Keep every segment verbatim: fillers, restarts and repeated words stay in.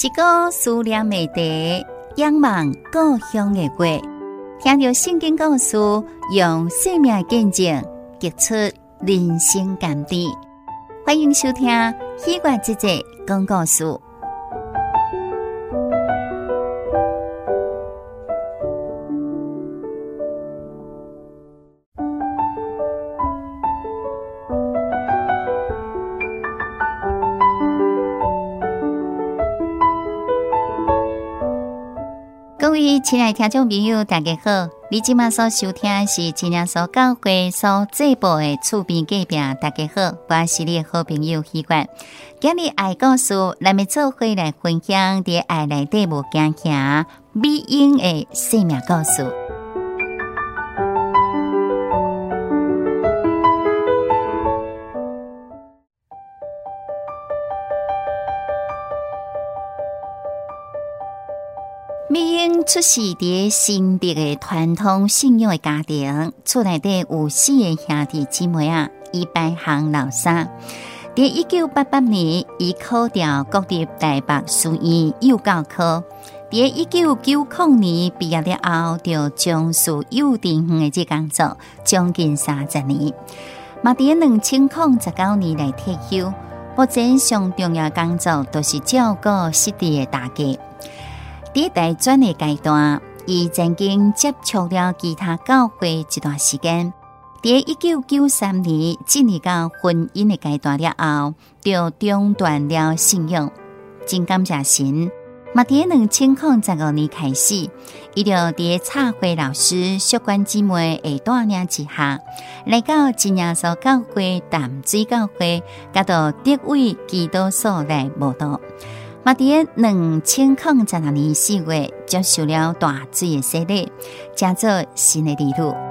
一个思念的地，仰望故乡的月，听着圣经故事，用生命见证结出人生甘甜。欢迎收听喜悦姐姐讲故事。各位亲爱的听众朋友，大家好！你今晚所收听的是真耶稣教会所制播的厝边隔壁。大家好，我是你的好朋友希冠。今日爱故事，咱们做伙来分享伫爱内底无惊吓美英的生命故事。美英出世伫新竹的传统信仰的家庭，厝内底有四个兄弟姊妹啊，伊排行老三。伫一九八八年，伊考调国立台北师院幼教科。伫一九九零年毕业了后，就从事幼稚园的这工作，将近三十年。嘛，伫两千零十九年来退休。目前上重要工作就是照顾失智的大家。伫大专的阶段，伊曾經接觸了其他教會一段時間。喺一九九三年進入到婚姻的階段了後，就中斷了信仰。真感謝神，嘛喺兩千零十五年開始，伊就喺插會老師、淑娟姊妹的帶領之下，來到真耶穌教會淡水教會，甲到德偉基督所來慕道。嘛，喺兩千零十六年四月接受了大水的洗禮，加做新的理路。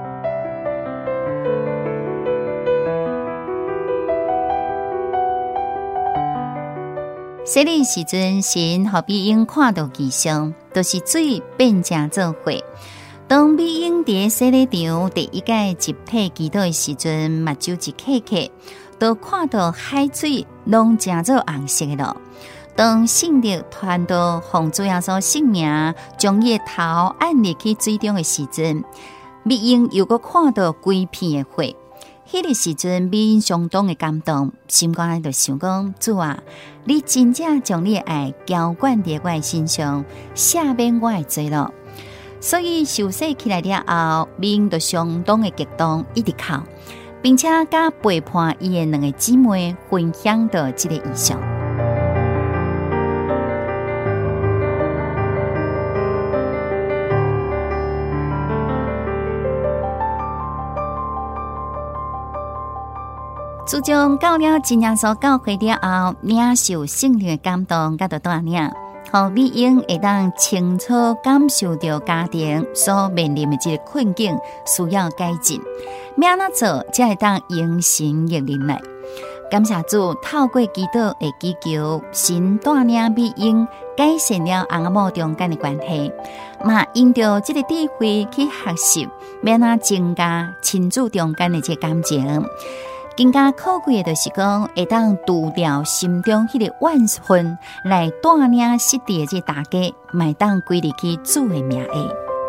洗禮時陣，神和美英看到異象，就是水變成做火。當美英喺洗禮場第一屆集體祈禱的時陣，目睭一刻刻，都看到海水攏成做紅色的咯。當聖靈傳到奉主耶穌聖名，將伊頭按入去水中的時陣，美英又閣看到規片的火。迄個時陣，美英相當的感動，心肝就想講：主啊，你真正將你的愛澆灌在我的身上，赦免我的罪咯。所以受洗起來了後，美英就相當的激動，一直哭，並且甲陪伴伊的兩個姊妹分享到這個異象。自從到了真耶穌教會了後，領受聖靈的感動，甲到帶領，互美英會當清楚感受到家庭所面臨的這個困境，需要改進。要怎做，才會當迎神逆靈來。感謝主，透過基督的祈求，神帶領美英改善了翁仔某中間的關係，嘛用着這個智慧去學習，要怎增加親子中間的這個感情。更加可貴的就是講，會當除掉心中迄個怨恨，來帶領失智的這大家，賣當歸入去主的名下。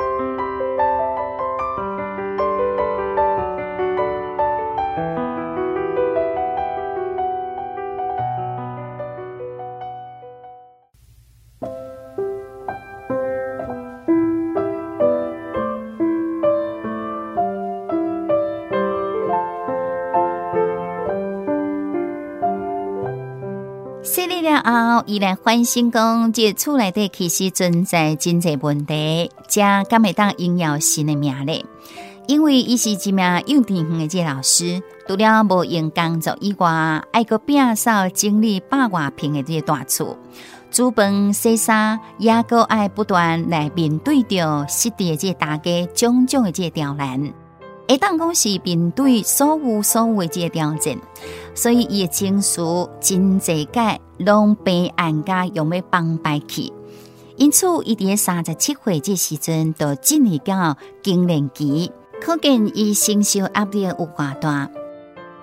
洗禮了後，伊來反省講，這厝內底其實存在真濟問題，才敢會當應用神的名咧。因為伊是一名幼稚園的這老師，除了無用工作以外，還閣摒掃整理百外平的這大厝，煮飯洗衫，也閣愛不斷來面對着失智的這大家種種的這刁難。會當講是面對所有所有的這個挑戰，所以伊的情緒真濟解攏被暗家用要崩敗去。因此，伊佇三十七歲這時陣，就進入到更年期，可見伊承受壓力有偌大。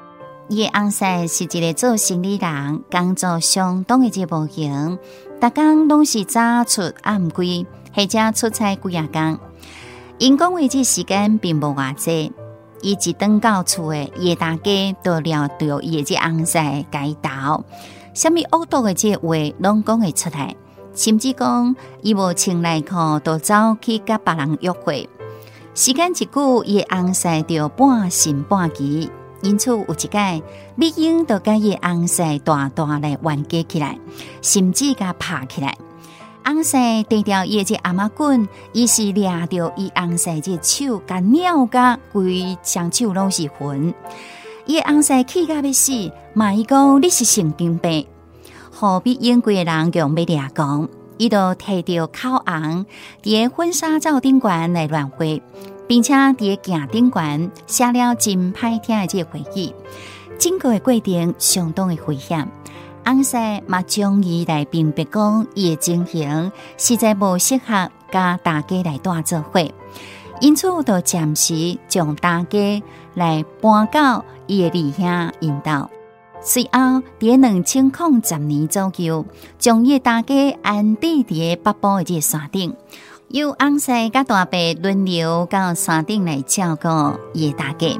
伊的翁婿是一个做生意人，工作相当的这无闲，逐工拢是早出暗归，或者出差几啊工。因讲话这时间并无偌济，伊一回到厝的，伊的大家都料到伊的这翁婿改头，什么恶毒的这话拢讲会出来，甚至讲伊无穿内裤，都走去甲别人约会。时间一久，伊的翁婿就半信半疑。因此有一届，美英就甲伊翁婿大大来冤家起来，甚至甲拍起来。翁婿摕掉伊这阿妈棍，伊是抓着伊翁婿这手，甲扭甲规双手拢是痕。伊翁婿气甲要死，骂伊讲你是神经病。何必英规个人用要掠讲，伊就摕着口红，伫婚纱照顶悬来乱画。并且伫镜顶悬写了真歹听的这个回忆，整个的过程相当的危险。翁婿嘛将伊来辨别讲伊的情形实在无适合甲大家来带做伙，因此就暂时将大家来搬到伊的二兄因兜。随后伫两千零十年左右，将伊大家安置伫北部的这个山顶。由翁婿甲大伯轮流到山顶来照顾伊的大家。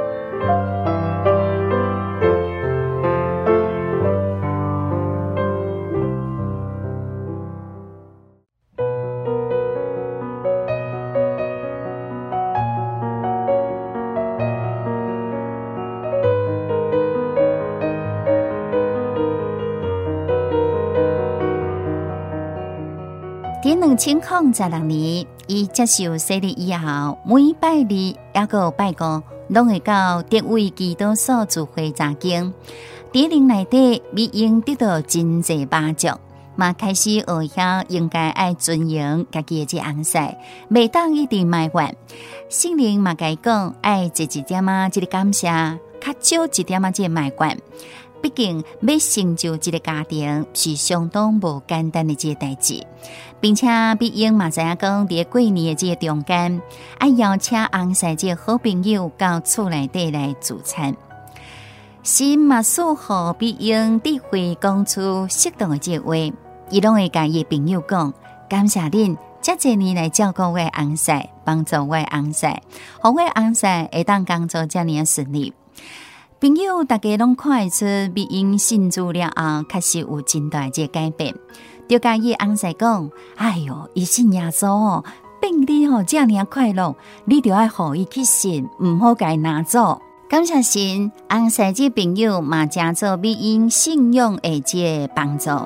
伫两千零十六年，伊接受洗礼以后，每拜二也个拜五，拢会到德位基督所聚会查经。伫灵内底，美英得到真济帮助，嘛开始学晓应该爱尊荣家己的这翁婿，袂当一直埋怨。圣灵嘛甲伊讲，爱一一点啊，这个感谢，较少一点啊，这个埋怨。毕竟要成就这个家庭是相当无简单的这个代志，并且美英嘛知影讲，伫过年的这个中间，爱邀请翁婿这个好朋友到厝内底来聚餐。神嘛赐予美英智慧，讲出适当的这个话，伊拢会甲伊的朋友讲，感谢恁这几年来照顾我的翁婿，帮助我的翁婿，互我的翁婿会当工作这么顺利。朋友大家拢看会出，美英信主了后，确实有真大这改变。就甲伊翁婿讲：“哎哟，伊信耶稣哦，变你吼这么快乐，你就要互伊去信，唔好甲伊拿走。”感谢神，翁婿这朋友嘛，加做美英信用的这帮助。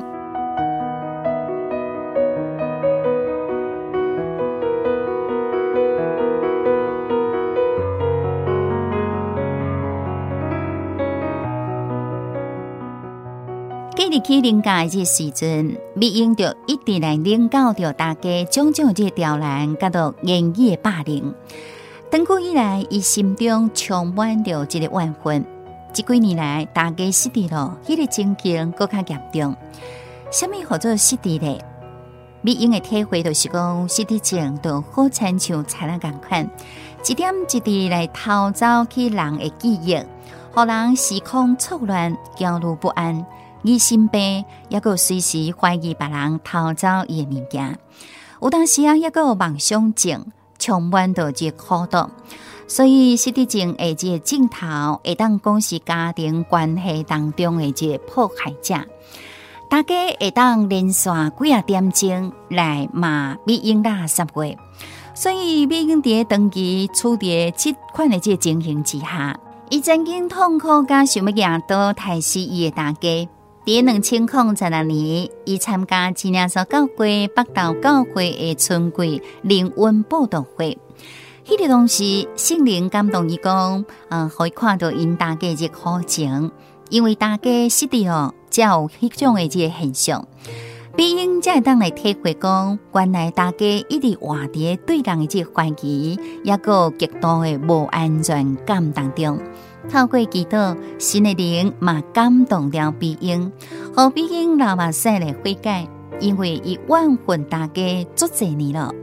入去灵界这时阵，美英就一直来领教着大家种种这刁难，甲到言语的霸凌。长久以来，伊心中充满着这个怨愤。这几年来，大家失智了，迄、那个情形更加严重。什么叫做失智呢？美英的体会就是讲，失智症就好亲像豺狼共款，一点一滴来偷走去人的记忆，互人时空错乱、焦虑不安。疑心病，也个随时怀疑别人偷走伊的物件，有当时啊，也个有妄想症，充满着这苦毒。所以失智症的这个镜头，会当讲是家庭关系当中的这个迫害者。大家会当连续几啊点钟来骂美英垃圾话，所以美英伫长期处伫这款的这个情形之下，伊曾经痛苦甲想要举刀杀死伊的大家。伫两千零十六年，伊参加真耶稣教会北投教会的春季灵恩布道会。迄个当时，圣灵感动伊讲，呃，可以看到因大家这苦情，因为大家失智了，才有迄种的这个现象。美英才会当来体会讲，原来大家一直活伫对人的这个怀疑，也个极度的无安全感当中。透过祈祷，神的灵嘛感动了美英，互美英流目屎来悔改，因为伊怨恨大家足侪年了。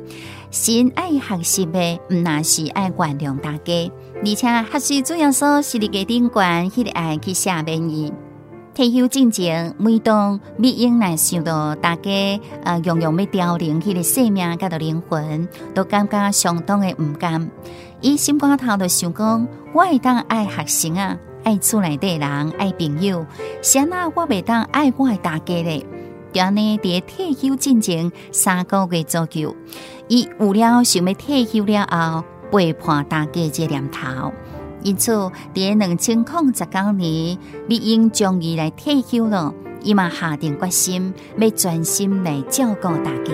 神爱学习的，毋那是爱原谅大家，而且学习主要所是伫个顶悬，迄个爱去赦免伊。退休进前，每当美英来想到大家呃，样样要凋零，迄个生命甲到灵魂，都感觉相当的毋甘。伊心肝头就想讲，我会当爱学生啊，爱厝内底人，爱朋友，谁啊我袂当爱我的大家咧？就安尼伫退休进前三个月左右，伊有了想要退休了后背叛大家这念头。因此，伫两千零十九年，美英终于来退休了。伊嘛下定决心，要专心来照顾大家。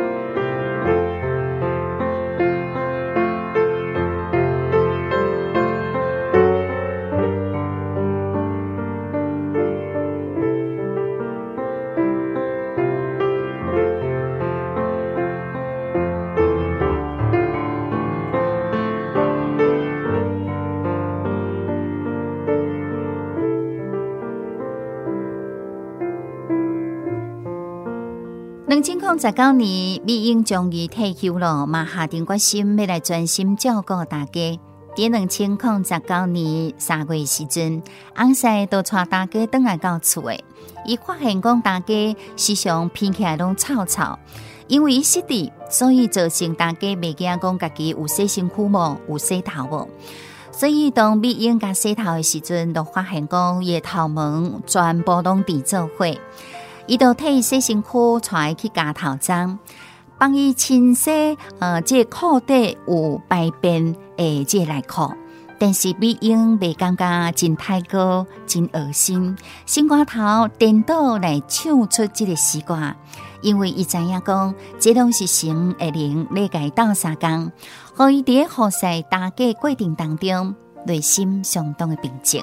两千零十九年，美英终于退休了，嘛下定决心要来专心照顾大家。伫两千零十九年三月时阵，翁婿都带大家倒来到厝诶。伊发现讲大家时常偏起来拢吵吵，因为伊失智，所以造成大家袂记讲家己有洗身躯无，有洗头无。所以当美英甲洗头诶时阵，就发现讲伊诶头毛全部拢伫做伙。伊就替洗身躯带去加头妆，帮伊清洗呃，这裤底有排便诶，这内裤。但是美英袂感觉真太过，真恶心，心肝头颠倒来唱出这个诗歌，因为伊知影讲，这拢是神会灵咧甲伊斗相共，互伊伫服侍大家过程当中，内心相当的平静。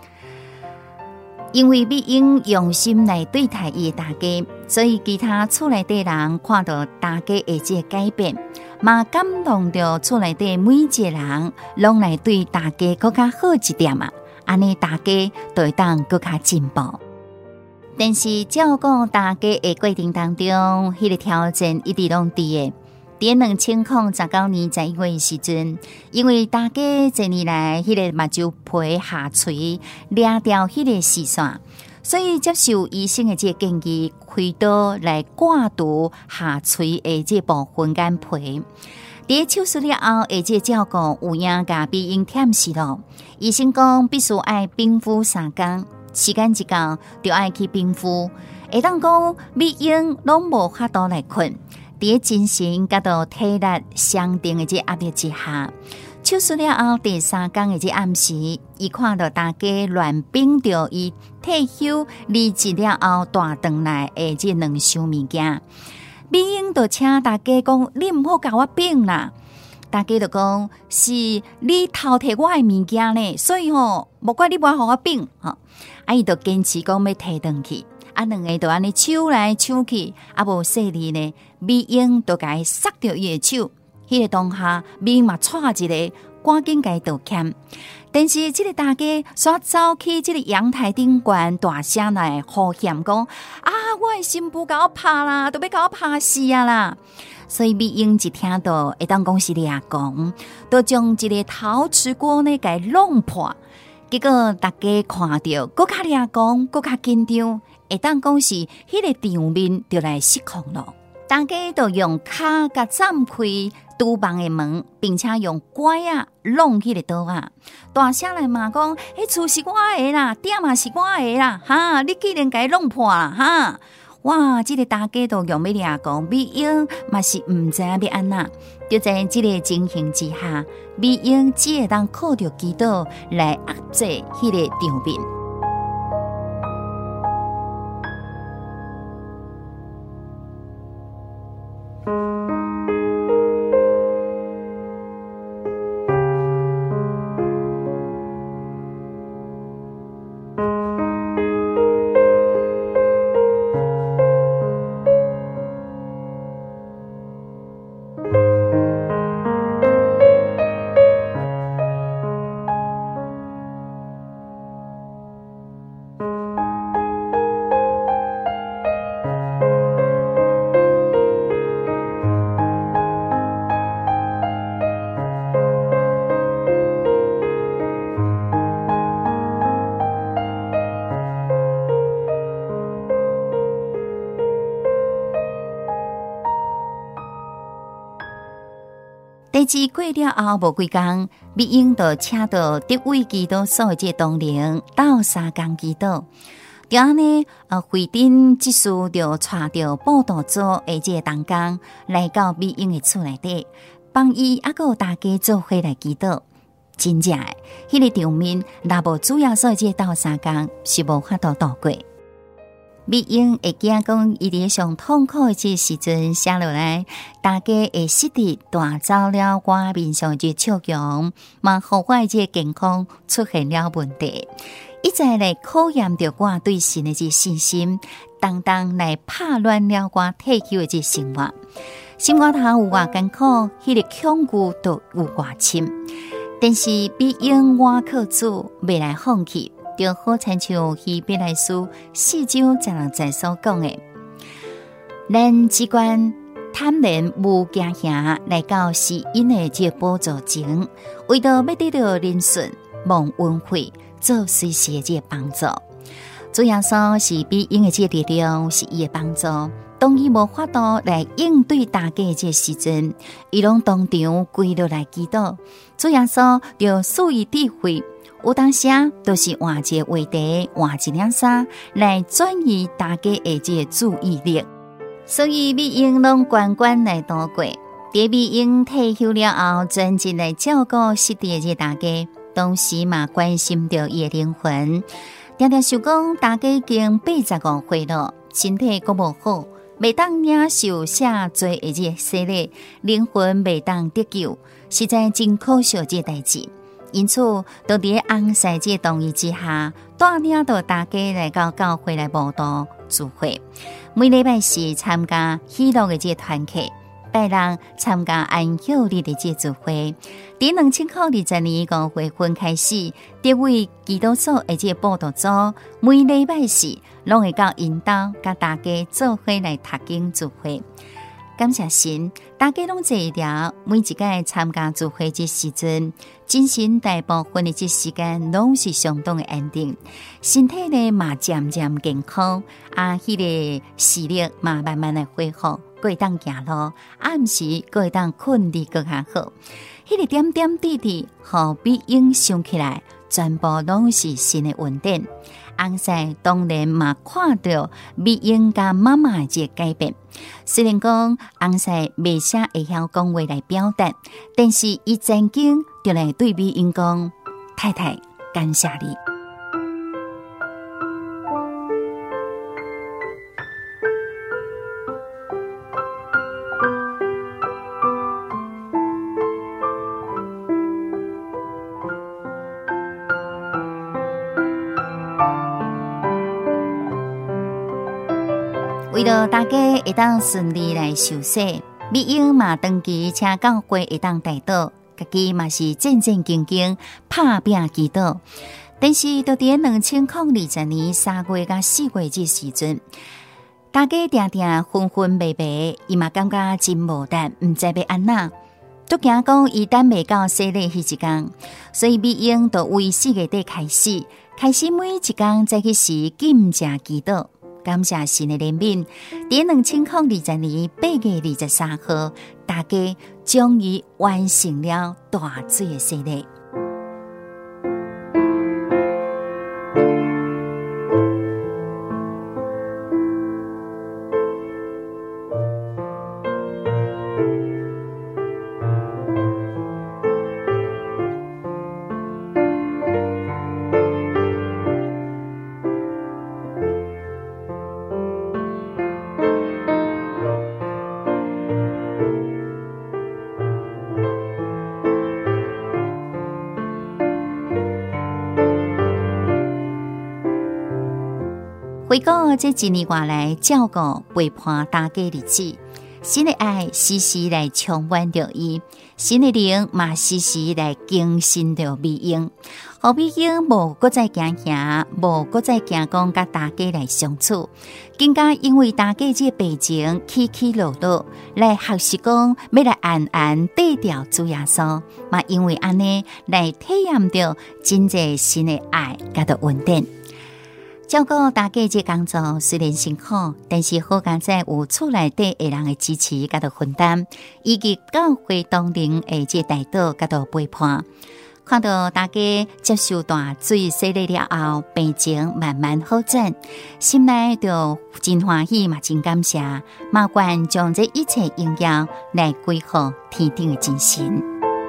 因为美英用心来对待伊的大家，所以其他厝内底人看到大家的这改变，嘛感动着厝内底每一个人，拢来对大家更加好一点啊！安尼大家就会当更加进步。但是照顾大家的过程当中，迄、那个挑战一直拢伫的。伫两千零十九年十一月时阵，因为大家这年来迄个目睭皮下垂掠掉迄个视线，所以接受医生的这个建议，开刀来刮除下垂的这部分眼皮。伫手术了后，而且照顾有影甲美英忝死了。医生讲必须爱冰敷三工，时间一到就爱去冰敷。会当讲美英拢无法度来困。伫精神甲到体力相定的这压力之下，手术了后第三天的这暗时，伊看到大家乱冰着伊退休离职了后大顿来的这两箱物件，美英就请大家讲：你唔好甲我冰啦！大家就讲是你偷摕我的物件呢，所以吼，无怪你无互我冰吼。啊，伊就坚持讲要摕回去。啊，两个就安尼抢来抢去，啊无细哩呢，美英就甲伊杀掉伊的手。迄、那个当下，美英嘛踹一个，赶紧甲伊道歉。但是这个大家煞走去这个阳台顶悬大声来呼喊讲：啊，我的新妇甲我拍啦，都要甲我拍死啊啦！所以美英一听到，会当讲是掠讲，就将一个陶瓷锅呢甲伊弄破。结果大家看到，搁较掠讲，搁较紧张。会当讲是迄个场面就来失控了，大家都用脚甲斩开厨房的门，并且用拐啊弄迄个刀啊，大声来骂讲：迄厝是我的啦，店嘛是我的啦，哈！你既然甲伊弄破啦，哈！哇！这个大家都用要掠讲，美英嘛是唔知影要安那，就在这个情形之下，美英只会当靠着祈祷来压制迄个场面。 第二过了后无几工，美英就请到德位基督所的同龄到三江基督。就安尼，呃，会顶即事就带着报道组的这个同工来到美英的厝内底，帮伊还有大家做伙来祈祷。真正诶，迄、那个场面，若无主要所这斗三工是无法度度过。美英会惊讲，伊伫上痛苦的这时阵写落来，大家会识得带走了我面上这笑容，嘛，互我的这健康出现了问题。一再来考验着我对神的这信心，当当来拍乱了我退休的这生活。心肝头有偌艰苦，迄、那个恐惧都有偌深。但是美英我靠主，未来放弃，就好亲像希伯来书四章十六节所讲的，咱只管坦然无惊吓来到施恩的这宝座前，为着要得到仁顺、蒙恩惠，做随时的这帮助。主耶稣是美英的这力量，是伊的帮助。当伊无法度来应对大家的这时阵，伊拢当场跪落来祈祷。主耶稣就赐予智慧，有当时都是换一个话题，换一领衫来转移大家的这注意力。所以美英拢关关来度过。伫美英退休了后，专心来照顾失地的这大家，同时嘛关心着伊的灵魂。常常想讲，大家已经八十五岁了，身体阁无好。未当领受下罪的这洗礼，灵魂未当得救，实在真可惜这代志。因此，就伫翁婿这同意之下，带领到大家来到教会来慕道聚会。每礼拜四参加喜乐的这团契，拜六参加安休日的这聚会。伫两千零二十年五月份开始，这位基督所的这报道组，每礼拜四拢会到引导，甲大家做伙来读经聚会。感谢神，大家拢坐了，每一届参加聚会这时阵，精神大部分的这时间拢是相当的安定，身体呢嘛渐渐健康，啊，迄、那个视力嘛慢慢的恢复，过会当行路，暗时过会当困得更较好。迄、那个点点滴滴，互美英想起来，全部拢是神的恩典。翁婿当然嘛看到美英甲妈妈的这改变，虽然讲翁婿未写会晓讲话来表达，但是伊曾经就来对美英讲：太太，感谢你。为了大家会当顺利来受洗，美英嘛长期请教会会当带导，家己嘛是战战兢兢拍拼祈祷。但是到伫两千零二十年三月甲四月这时阵，大家定定昏昏迷迷，伊嘛感觉真无力，毋知要安那。都惊讲伊等未到洗礼迄一天，所以美英就为四月底开始，开始每一天再去时禁食祈祷。感谢神的怜悯，伫两千零二十年八月二十三號，大家終於完成了大水的洗禮。回顾这一年外来照顾陪伴大家日子，神的爱时时来充满着伊，神的灵嘛时时来更新着美英，互美英无搁再惊吓，无搁再惊讲甲大家来相处，更加因为大家这病情起起落落，来学习讲要来安安对调主耶稣，嘛因为安尼来体验着真侪神的爱甲的恩典。 照顾大家这工作虽然辛苦，但是好在在有厝内底的人的支持甲到分担，以及教会当年的这带导甲到陪伴。看到大家接受大水洗礼了后，病情慢慢好转，心内就真欢喜嘛，真感谢，马关将这一切荣耀来归乎天顶的真神。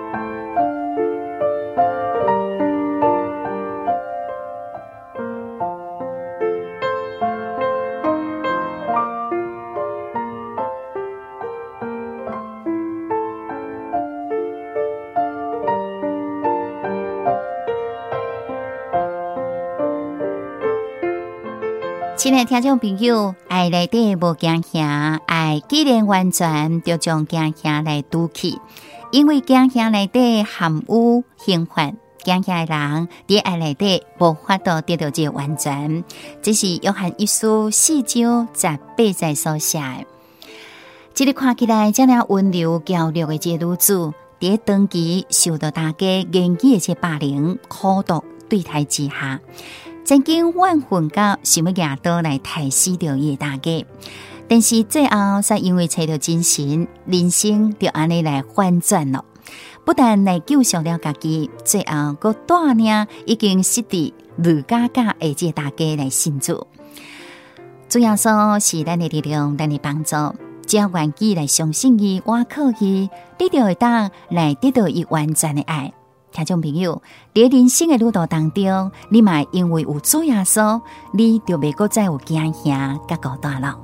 亲爱的听众朋友，爱内底无惊吓，爱既然完全就将惊吓来堵起，因为惊吓内底含有刑罚，惊吓的人伫爱内底无法度得到这完全。这是约翰一书四章十八节所写的。这个看起来这样温柔娇弱的这女子，伫长期受到大家言语的这霸凌、苦毒对待之下，曾经万分到想要拿刀来杀死掉伊大家，但是最后才因为找到真神，人生就安尼来反转了。不但来救赎了家己，最后佫带领已经失去吕家家的这大家来信主。主要说是咱的力量，咱的帮助，只要愿意来相信伊、倚靠伊，你就会当来得到伊完全的爱。听众朋友，在人生的路途当中，你嘛因为有主耶稣，你就袂再有惊吓甲孤单了。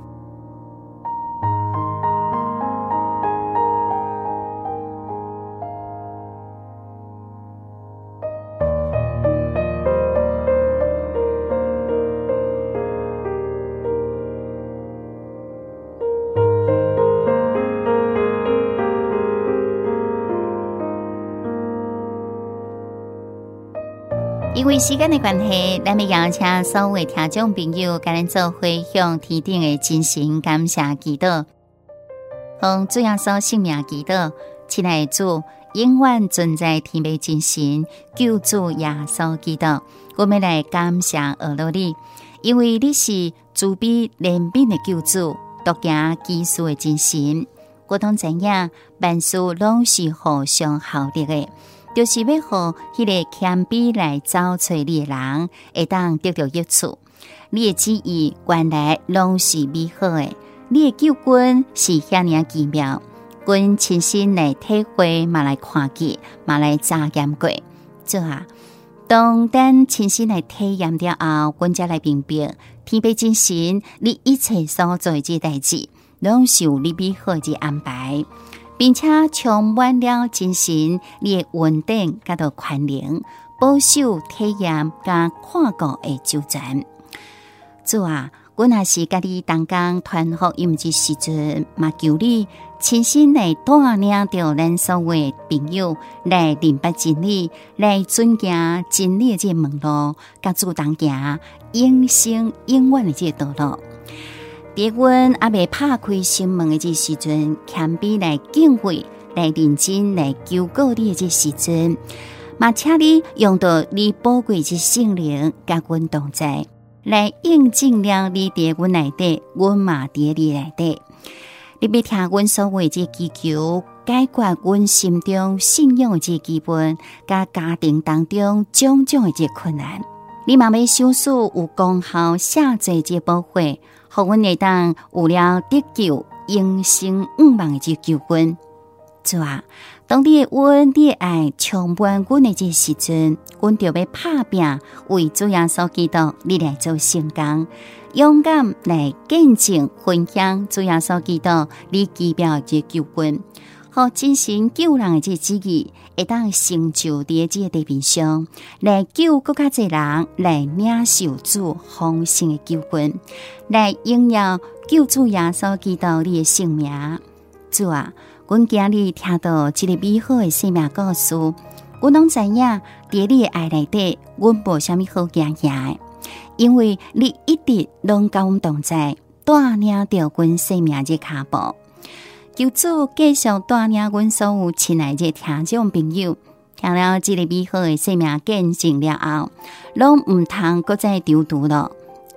因为时间的关系，咱们邀请所有听众朋友跟咱做回向天顶的真神感谢祈祷，奉主耶稣圣名祈祷，亲爱的主，永远存在天父真神救主耶稣基督，我们来感谢俄罗你，因为你是慈悲怜悯的救主，独行奇事的真神。我当知影，万事拢是互相效力的。就是要互迄个谦卑来找找你的人，会当得到益处。你的旨意原来拢是美好的，你的救恩是遐尔奇妙，阮亲身来体会，嘛来看见，嘛来查验过。做啊，当咱亲身来体验了后，阮才来明白，天父真神，你一切所做的代志，拢是有你美好的安排。并且充满了真神你的稳定甲到宽容，保守体验甲看顾的周全。主啊，我若是甲你同工传福音之时阵，嘛求你亲身来带领着咱所有的朋友来明白真理，来遵行真理的这门路，甲主同行永生永远的这道路。伫阮还未拍开心门的这时阵，谦卑来敬畏，来认真来求告你的这时阵，嘛请你用到你宝贵之圣灵，甲阮同在，来印证了你伫阮内底，阮嘛伫你内底。你要听阮所谓这祈求，解决阮心中信仰的这基本，甲家庭当中种种的这困难。你嘛要小事有功效，下济这保护。互阮会当有了得救永生永望的这救恩。主啊，当你的恩、你的爱充满阮的这时阵，阮就要拍拼，为主耶稣基督你来做成功，勇敢来见证分享主耶稣基督你奇妙的这救恩，互真神救人的这旨意会当成就伫这地面上，来救更加侪人来领受主丰盛的救恩，来荣耀救主耶稣基督你的圣名。主啊，阮今日听到这个美好的生命故事，阮拢知影伫你的爱内底，阮无啥物好惊吓的，因为你一直拢甲阮同在，带领着阮生命这脚步。求主继续带领阮所有亲爱的听众朋友，听了这个美好的生命见证了后，拢毋通搁再丢毒了，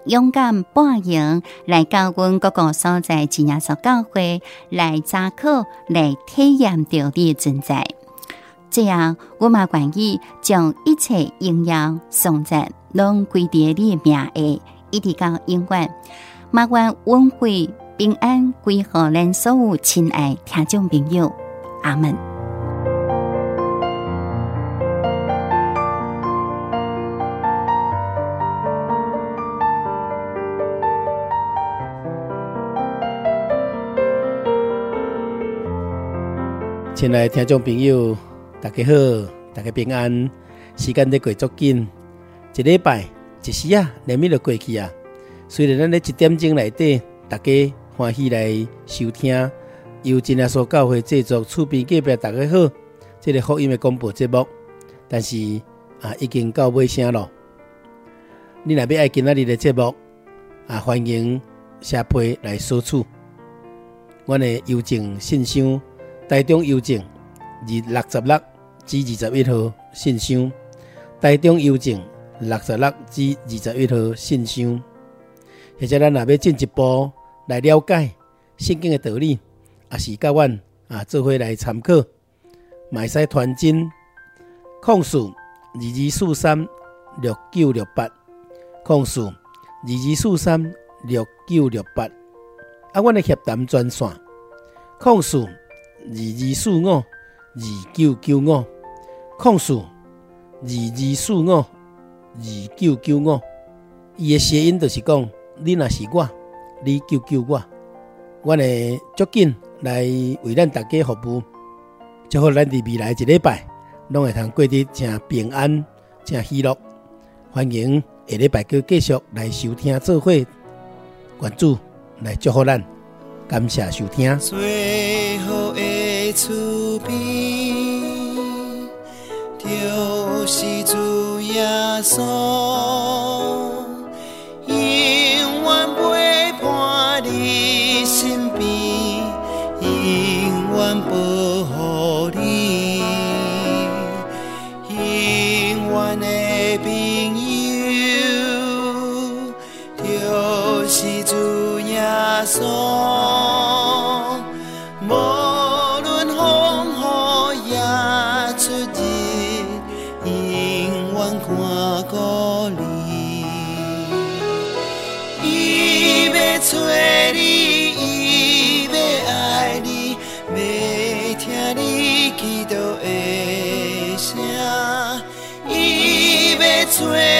勇敢报营，来到阮各个所在真耶稣教会来查考，来体验到你的存在。这样，我嘛愿意将一切荣耀颂赞拢归伫你的名下，一直到永远。嘛愿恩惠平安归乎咱所有亲爱听众朋友。阿们。 亲爱的听众朋友，大家好，大家平安。时间在过足紧，一礼拜一时啊，连绵就过去啊。虽然咱在一点钟内底，大家欢喜来收听由真耶稣教会制作厝边隔壁大家好这个福音的广播节目，但是啊，已经到尾声了。你若要爱今仔日的节目啊，欢迎写批来索取。阮的邮政信箱。台中邮政二六十六至二十一号信箱，台中邮政六十六至二十一号信箱。或者咱若要进一步来了解圣经的道理，也是甲阮啊做伙来参考，嘛会使传真控诉二二四三六九六八，控诉二二四三六九六八。啊，阮的协谈专线控诉。二二四五二九九五，控诉二二四五二九九五。伊的谐音就是讲，你若是我，你救救我，我会足紧来为咱大家服务，祝福咱伫未来一礼拜，拢会通过得真平安、真喜乐。欢迎下礼拜去继续来收听做伙，关注来祝福咱，感谢收听。 最后的厝边，就是主耶稣，永远陪伴你身边，永远保护你，永远的朋友，就是主耶稣。找你，伊要爱你，要听你祈祷的声，伊要找。